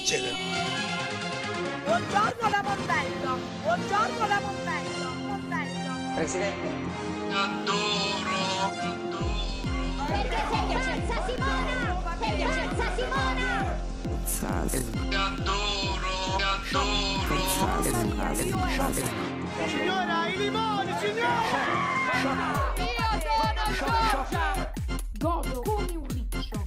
succede? Buongiorno la Mondello. Buongiorno la Mondello. Mondello. Presidente. Adoro. Perché sei piacenza Simona! Sei piacenza Simona! Signora, i limoni, signora! Io sono Giorgia! Godo come un riccio.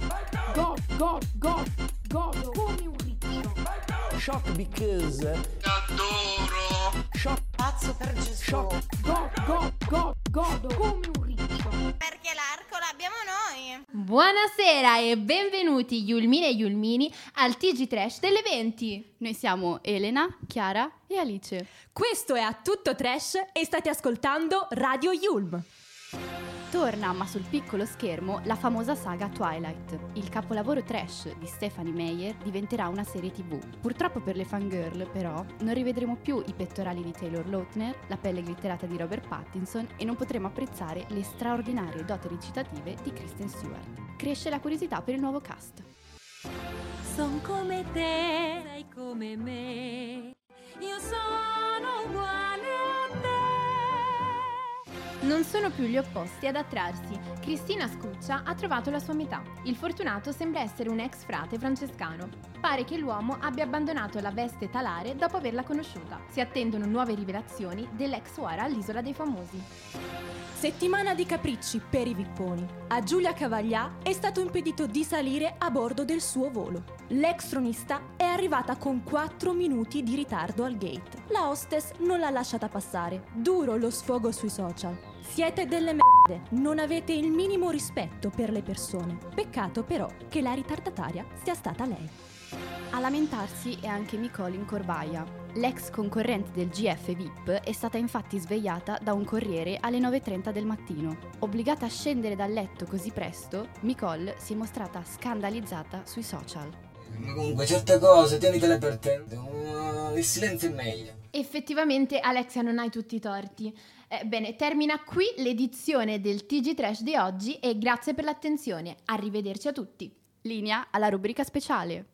Godo come un riccio. Shock because. Adoro. Shock. Pazzo per Gesù. Shock. Godo come un riccio. Perché l'arco l'abbiamo noi. Buonasera e benvenuti Yulmine e Yulmini al TG Trash delle 20. Noi siamo Elena, Chiara e Alice. Questo è A Tutto Trash e state ascoltando Radio Yulm. Torna, ma sul piccolo schermo, la famosa saga Twilight. Il capolavoro trash di Stephenie Meyer diventerà una serie TV. Purtroppo per le fangirl, però, non rivedremo più i pettorali di Taylor Lautner, la pelle glitterata di Robert Pattinson e non potremo apprezzare le straordinarie doti recitative di Kristen Stewart. Cresce la curiosità per il nuovo cast. Son come te, sei come me, io sono uguale a te. Non sono più gli opposti ad attrarsi. Cristina Scuccia ha trovato la sua metà. Il fortunato sembra essere un ex frate francescano. Pare che l'uomo abbia abbandonato la veste talare dopo averla conosciuta. Si attendono nuove rivelazioni dell'ex suora all'Isola dei Famosi. Settimana di capricci per i vipponi. A Giulia Cavaglià è stato impedito di salire a bordo del suo volo. L'ex tronista è arrivata con 4 minuti di ritardo al gate. La hostess non l'ha lasciata passare. Duro lo sfogo sui social. Siete delle merde, non avete il minimo rispetto per le persone. Peccato però che la ritardataria sia stata lei. A lamentarsi è anche Nicole Corbaia. L'ex concorrente del GF VIP è stata infatti svegliata da un corriere alle 9:30 del mattino. Obbligata a scendere dal letto così presto, Nicole si è mostrata scandalizzata sui social. Comunque certe cose tienitele per te. Il silenzio è meglio. Effettivamente Alexia non hai tutti i torti. Bene, termina qui l'edizione del TG Trash di oggi e grazie per l'attenzione. Arrivederci a tutti. Linea alla rubrica speciale.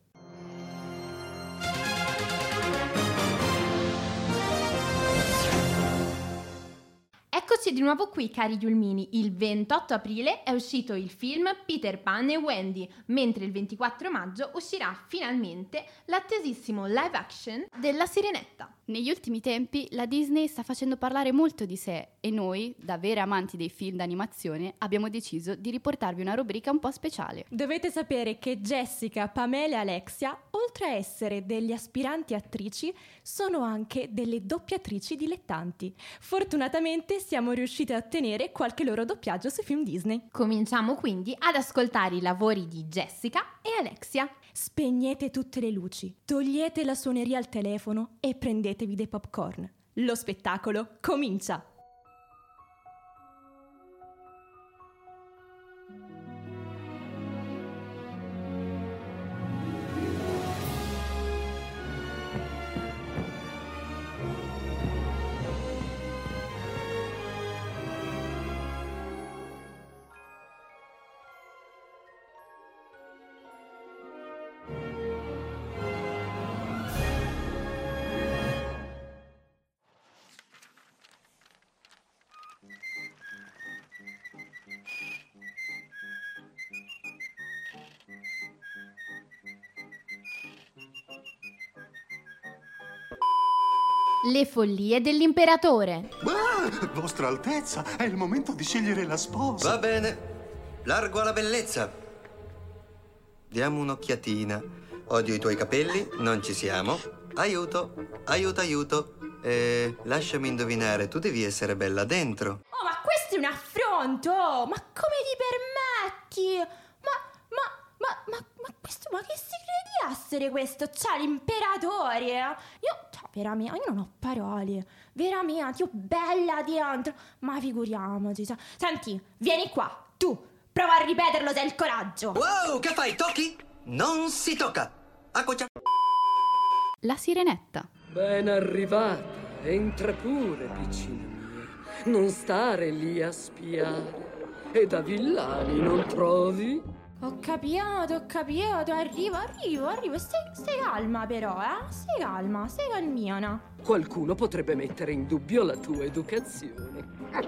Eccoci di nuovo qui, cari Yulmini. Il 28 aprile è uscito il film Peter Pan e Wendy, mentre il 24 maggio uscirà finalmente l'attesissimo live action della Sirenetta. Negli ultimi tempi la Disney sta facendo parlare molto di sé e noi, da vere amanti dei film d'animazione, abbiamo deciso di riportarvi una rubrica un po' speciale. Dovete sapere che Jessica, Pamela e Alexia, oltre a essere delle aspiranti attrici, sono anche delle doppiatrici dilettanti. Fortunatamente siamo riusciti a ottenere qualche loro doppiaggio sui film Disney. Cominciamo quindi ad ascoltare i lavori di Jessica e Alexia. Spegnete tutte le luci, togliete la suoneria al telefono e prendetevi dei popcorn. Lo spettacolo comincia! Le follie dell'imperatore. Vostra Altezza, è il momento di scegliere la sposa. Va bene, largo alla bellezza. Diamo un'occhiatina. Odio i tuoi capelli, non ci siamo. Aiuto, aiuto. Lasciami indovinare, tu devi essere bella dentro. Oh, ma questo è un affronto! Ma come ti permetti? Ma questo, ma che si crede di essere questo? C'ha l'imperatore! Veramente, io non ho parole. Veramente, io bella dentro. Ma figuriamoci. Senti, vieni qua, tu. Prova a ripeterlo se hai il coraggio. Wow, che fai? Tocchi? Non si tocca. Acqua. La Sirenetta. Ben arrivata. Entra pure, piccina mia. Non stare lì a spiare. E da villani, non trovi? Ho capito, arrivo. Stai calma però, Stai calmiona. Qualcuno potrebbe mettere in dubbio la tua educazione.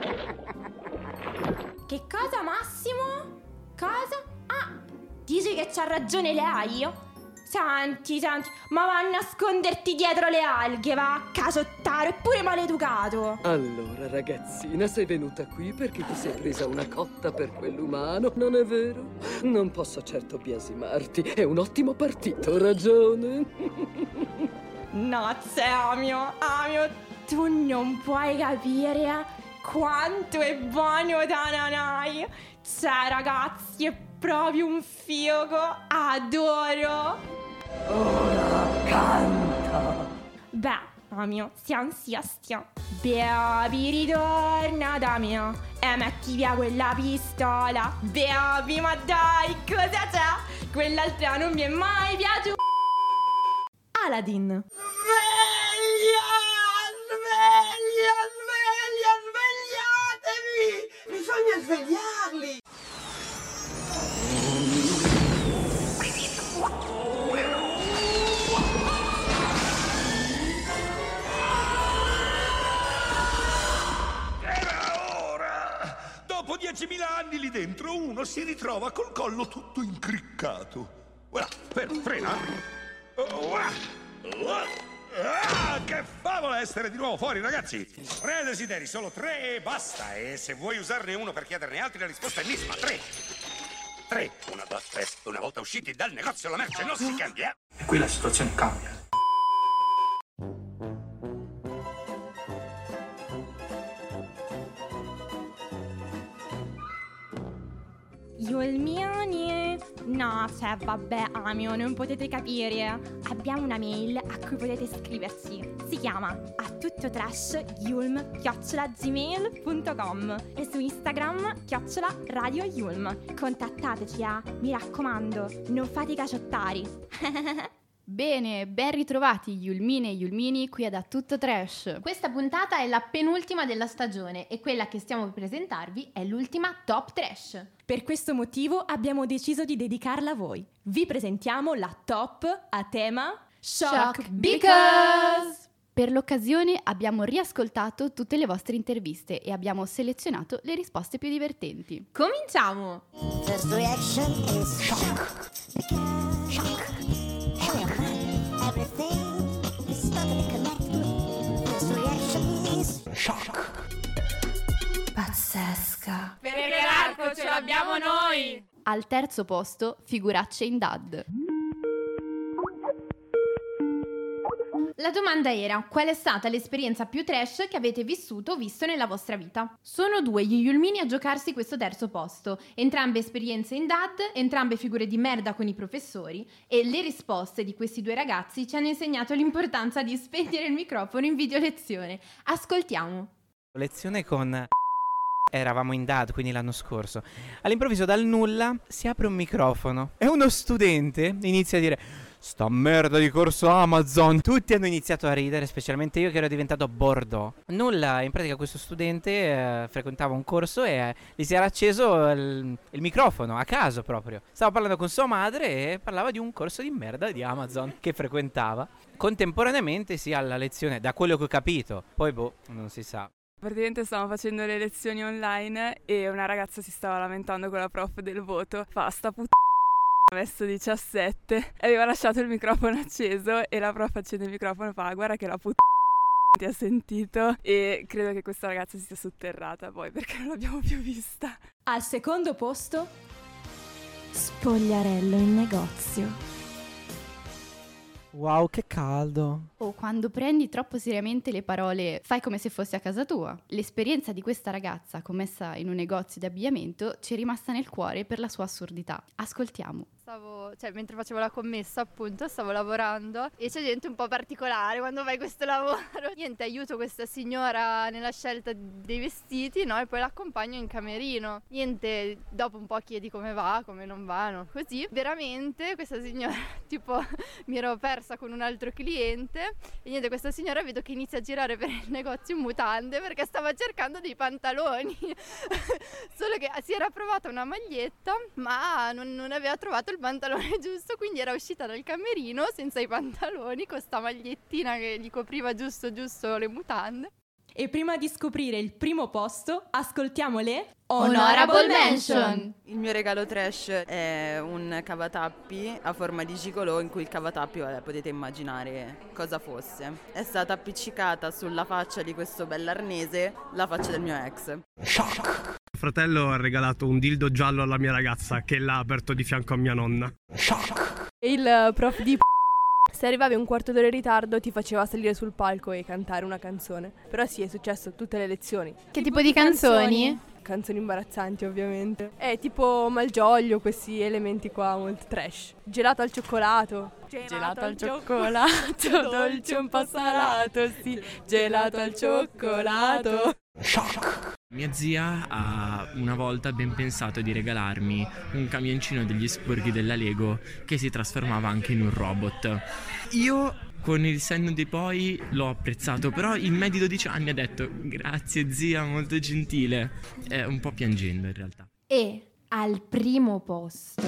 Che cosa, Massimo? Cosa? Ah, dici che c'ha ragione lei? Senti, ma va a nasconderti dietro le alghe, va, casottaro, è pure maleducato. Allora, ragazzina, sei venuta qui perché ti sei presa una cotta per quell'umano, non è vero? Non posso certo biasimarti, è un ottimo partito, ragione. Nozze, Amio, tu non puoi capire quanto è buono Tananai. Cioè, ragazzi, è proprio un figo, adoro. Ora canta. Beh, Amio, stia. Beavi, ritorna da me e metti via quella pistola. Beavi, ma dai, cosa c'è? Quell'altra non mi è mai piaciuta. Aladdin. Svegliatevi! Bisogna svegliarli! Dopo 10.000 anni lì dentro uno si ritrova col collo tutto incriccato. Frena. Che favola essere di nuovo fuori, ragazzi. 3 desideri, solo 3 e basta. E se vuoi usarne uno per chiederne altri, la risposta è nisma. 3. 3. 1, 2, 3. Una volta usciti dal negozio la merce non si cambia. E qui la situazione cambia. Yulmiani. No, cioè, vabbè, Amio, non potete capire. Abbiamo una mail a cui potete iscriverci. Si chiama attuttotrash@gmail.com e su Instagram @radioyulm. Contattateci, mi raccomando, non fate i caciottari. Bene, ben ritrovati Yulmine e Yulmini qui ad A Tutto Trash. Questa puntata è la penultima della stagione e quella che stiamo per presentarvi è l'ultima Top Trash. Per questo motivo abbiamo deciso di dedicarla a voi. Vi presentiamo la top a tema Shock Because! Per l'occasione abbiamo riascoltato tutte le vostre interviste e abbiamo selezionato le risposte più divertenti. Cominciamo! First reaction is shock. Shock. Everything is totally connected. First reaction is shock. Pazzesca. Perché l'arco ce l'abbiamo noi! Al terzo posto, figuracce in dad. La domanda era: qual è stata l'esperienza più trash che avete vissuto o visto nella vostra vita? Sono 2 gli Yulmini a giocarsi questo terzo posto, entrambe esperienze in dad, entrambe figure di merda con i professori, e le risposte di questi 2 ragazzi ci hanno insegnato l'importanza di spegnere il microfono in video lezione. Ascoltiamo. Lezione con... Eravamo in DAD, quindi l'anno scorso. All'improvviso dal nulla si apre un microfono e uno studente inizia a dire: sta merda di corso Amazon. Tutti hanno iniziato a ridere, specialmente io che ero diventato Bordeaux. Nulla, in pratica questo studente frequentava un corso e gli si era acceso il microfono, a caso proprio. Stava parlando con sua madre e parlava di un corso di merda di Amazon che frequentava. Contemporaneamente sì alla lezione, da quello che ho capito. Poi non si sa. Praticamente stavamo facendo le lezioni online e una ragazza si stava lamentando con la prof del voto. Fa: sta messo 17 e aveva lasciato il microfono acceso e la prof accende il microfono e fa: guarda che la ti ha sentito. E credo che questa ragazza si sia sotterrata poi perché non l'abbiamo più vista. Al secondo posto, spogliarello in negozio. Wow, che caldo. O quando prendi troppo seriamente le parole fai come se fossi a casa tua. L'esperienza di questa ragazza commessa in un negozio di abbigliamento ci è rimasta nel cuore per la sua assurdità. Ascoltiamo. mentre facevo la commessa, appunto, stavo lavorando e c'è gente un po' particolare quando fai questo lavoro. Niente, aiuto questa signora nella scelta dei vestiti, no? E poi l'accompagno in camerino. Niente, dopo un po' chiedi come va, come non va, no? Così, veramente questa signora, tipo, mi ero persa con un altro cliente e niente, questa signora vedo che inizia a girare per il negozio in mutande perché stava cercando dei pantaloni. Solo che si era provata una maglietta ma non aveva trovato il pantalone giusto, quindi era uscita dal camerino senza i pantaloni con sta magliettina che gli copriva giusto le mutande. E prima di scoprire il primo posto, ascoltiamo le Honorable Mention. Il mio regalo trash è un cavatappi a forma di gigolò in cui il cavatappi, potete immaginare cosa fosse. È stata appiccicata sulla faccia di questo bell'arnese la faccia del mio ex. Shock. Fratello ha regalato un dildo giallo alla mia ragazza che l'ha aperto di fianco a mia nonna. Shock. Il prof di se arrivavi un quarto d'ora in ritardo ti faceva salire sul palco e cantare una canzone. Però sì, è successo a tutte le lezioni. Che tipo di canzoni? Canzoni imbarazzanti, ovviamente. È tipo Malgioglio, questi elementi qua molto trash. Gelato al cioccolato. Gelato al cioccolato, dolce un po' salato, sì. Gelato al cioccolato. Shock. Mia zia ha una volta ben pensato di regalarmi un camioncino degli sporchi della Lego che si trasformava anche in un robot. Io con il senno di poi l'ho apprezzato, però in me di 12 anni ha detto grazie zia, molto gentile, un po' piangendo in realtà. E al primo posto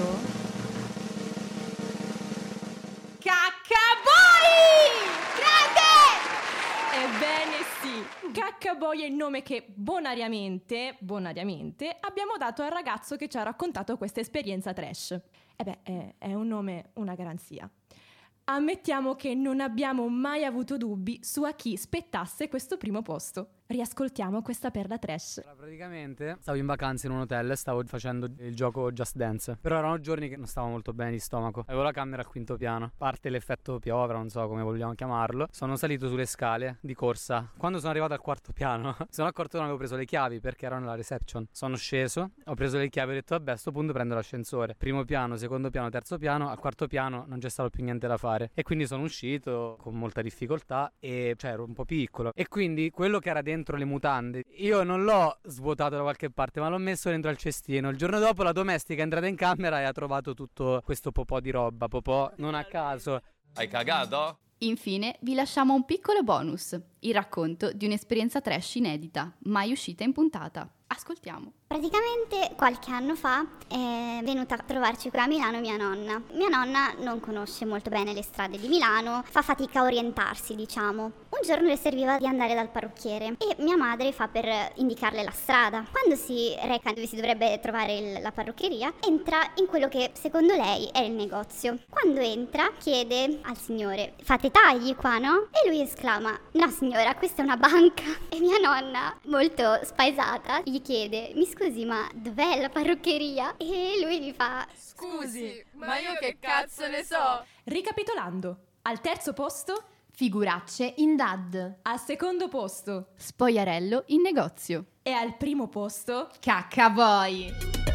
Caccaboy! Grande! Ebbene sì, Caccaboy è il nome che bonariamente abbiamo dato al ragazzo che ci ha raccontato questa esperienza trash. È un nome, una garanzia. Ammettiamo che non abbiamo mai avuto dubbi su a chi spettasse questo primo posto. Riascoltiamo questa perla trash. Praticamente stavo in vacanza in un hotel e stavo facendo il gioco Just Dance. Però erano giorni che non stavo molto bene di stomaco. Avevo la camera al quinto piano. Parte l'effetto piovra, non so come vogliamo chiamarlo. Sono salito sulle scale di corsa. Quando sono arrivato al quarto piano mi sono accorto che non avevo preso le chiavi perché erano nella reception. Sono sceso, ho preso le chiavi e ho detto vabbè, a sto punto prendo l'ascensore. Primo piano, secondo piano, terzo piano. Al quarto piano non c'è stato più niente da fare. E quindi sono uscito con molta difficoltà e ero un po' piccolo. E quindi quello che era dentro le mutande io non l'ho svuotato da qualche parte ma l'ho messo dentro al cestino. Il giorno dopo la domestica è entrata in camera e ha trovato tutto questo popò di roba. Popò non a caso. Hai cagato? Infine vi lasciamo un piccolo bonus, il racconto di un'esperienza trash inedita, mai uscita in puntata. Ascoltiamo. Praticamente qualche anno fa è venuta a trovarci qui a Milano mia nonna. Mia nonna non conosce molto bene le strade di Milano, fa fatica a orientarsi, diciamo. Un giorno le serviva di andare dal parrucchiere e mia madre fa per indicarle la strada. Quando si reca dove si dovrebbe trovare la parrucchieria, entra in quello che secondo lei è il negozio. Quando entra chiede al signore: fate tagli qua, no? E lui esclama: no signora, questa è una banca. E mia nonna, molto spaesata, gli chiede: mi scusi, ma dov'è la parrucchieria? E lui gli fa: scusi, ma io che cazzo ne so? Ricapitolando, al terzo posto figuracce in dad, al secondo posto spogliarello in negozio e al primo posto Caccaboy.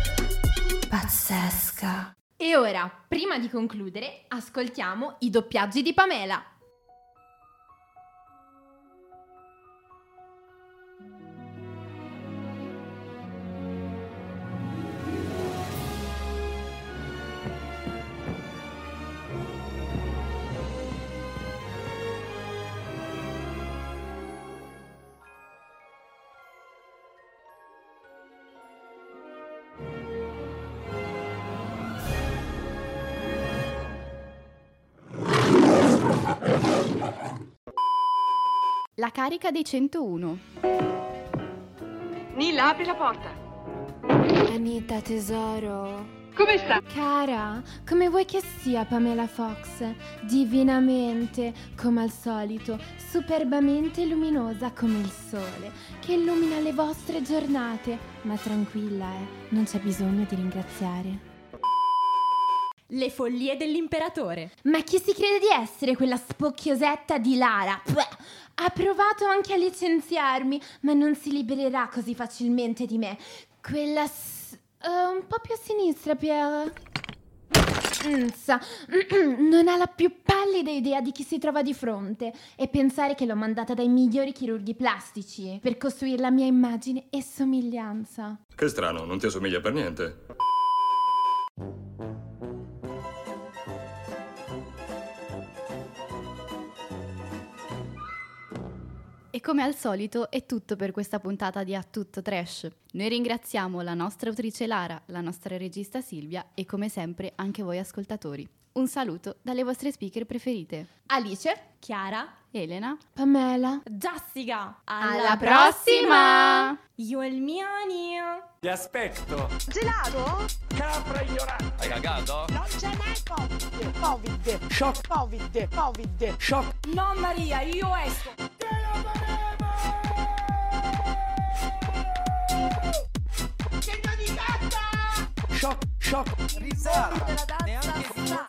Pazzesca. E ora, prima di concludere, ascoltiamo i doppiaggi di Pamela. La carica dei 101. Nilla, apri la porta. Anita, tesoro. Come sta? Cara, come vuoi che sia Pamela Fox? Divinamente, come al solito, superbamente luminosa come il sole, che illumina le vostre giornate. Ma tranquilla, non c'è bisogno di ringraziare. Le follie dell'imperatore. Ma chi si crede di essere quella spocchiosetta di Lara? Ha provato anche a licenziarmi, ma non si libererà così facilmente di me. Quella un po' più a sinistra, Non ha la più pallida idea di chi si trova di fronte e pensare che l'ho mandata dai migliori chirurghi plastici per costruire la mia immagine e somiglianza. Che strano, non ti assomiglia per niente. E come al solito è tutto per questa puntata di A Tutto Trash. Noi ringraziamo la nostra autrice Lara, la nostra regista Silvia e come sempre anche voi ascoltatori. Un saluto dalle vostre speaker preferite. Alice, Chiara, Elena, Pamela, Jessica. Alla prossima! Io e il Miani. Ti aspetto. Gelato? Capra ignorante. Hai cagato? Non ce n'è Covid. Shock. Covid. Shock. No Maria, io esco. Che non di gatta! Shock. Risata. Neanche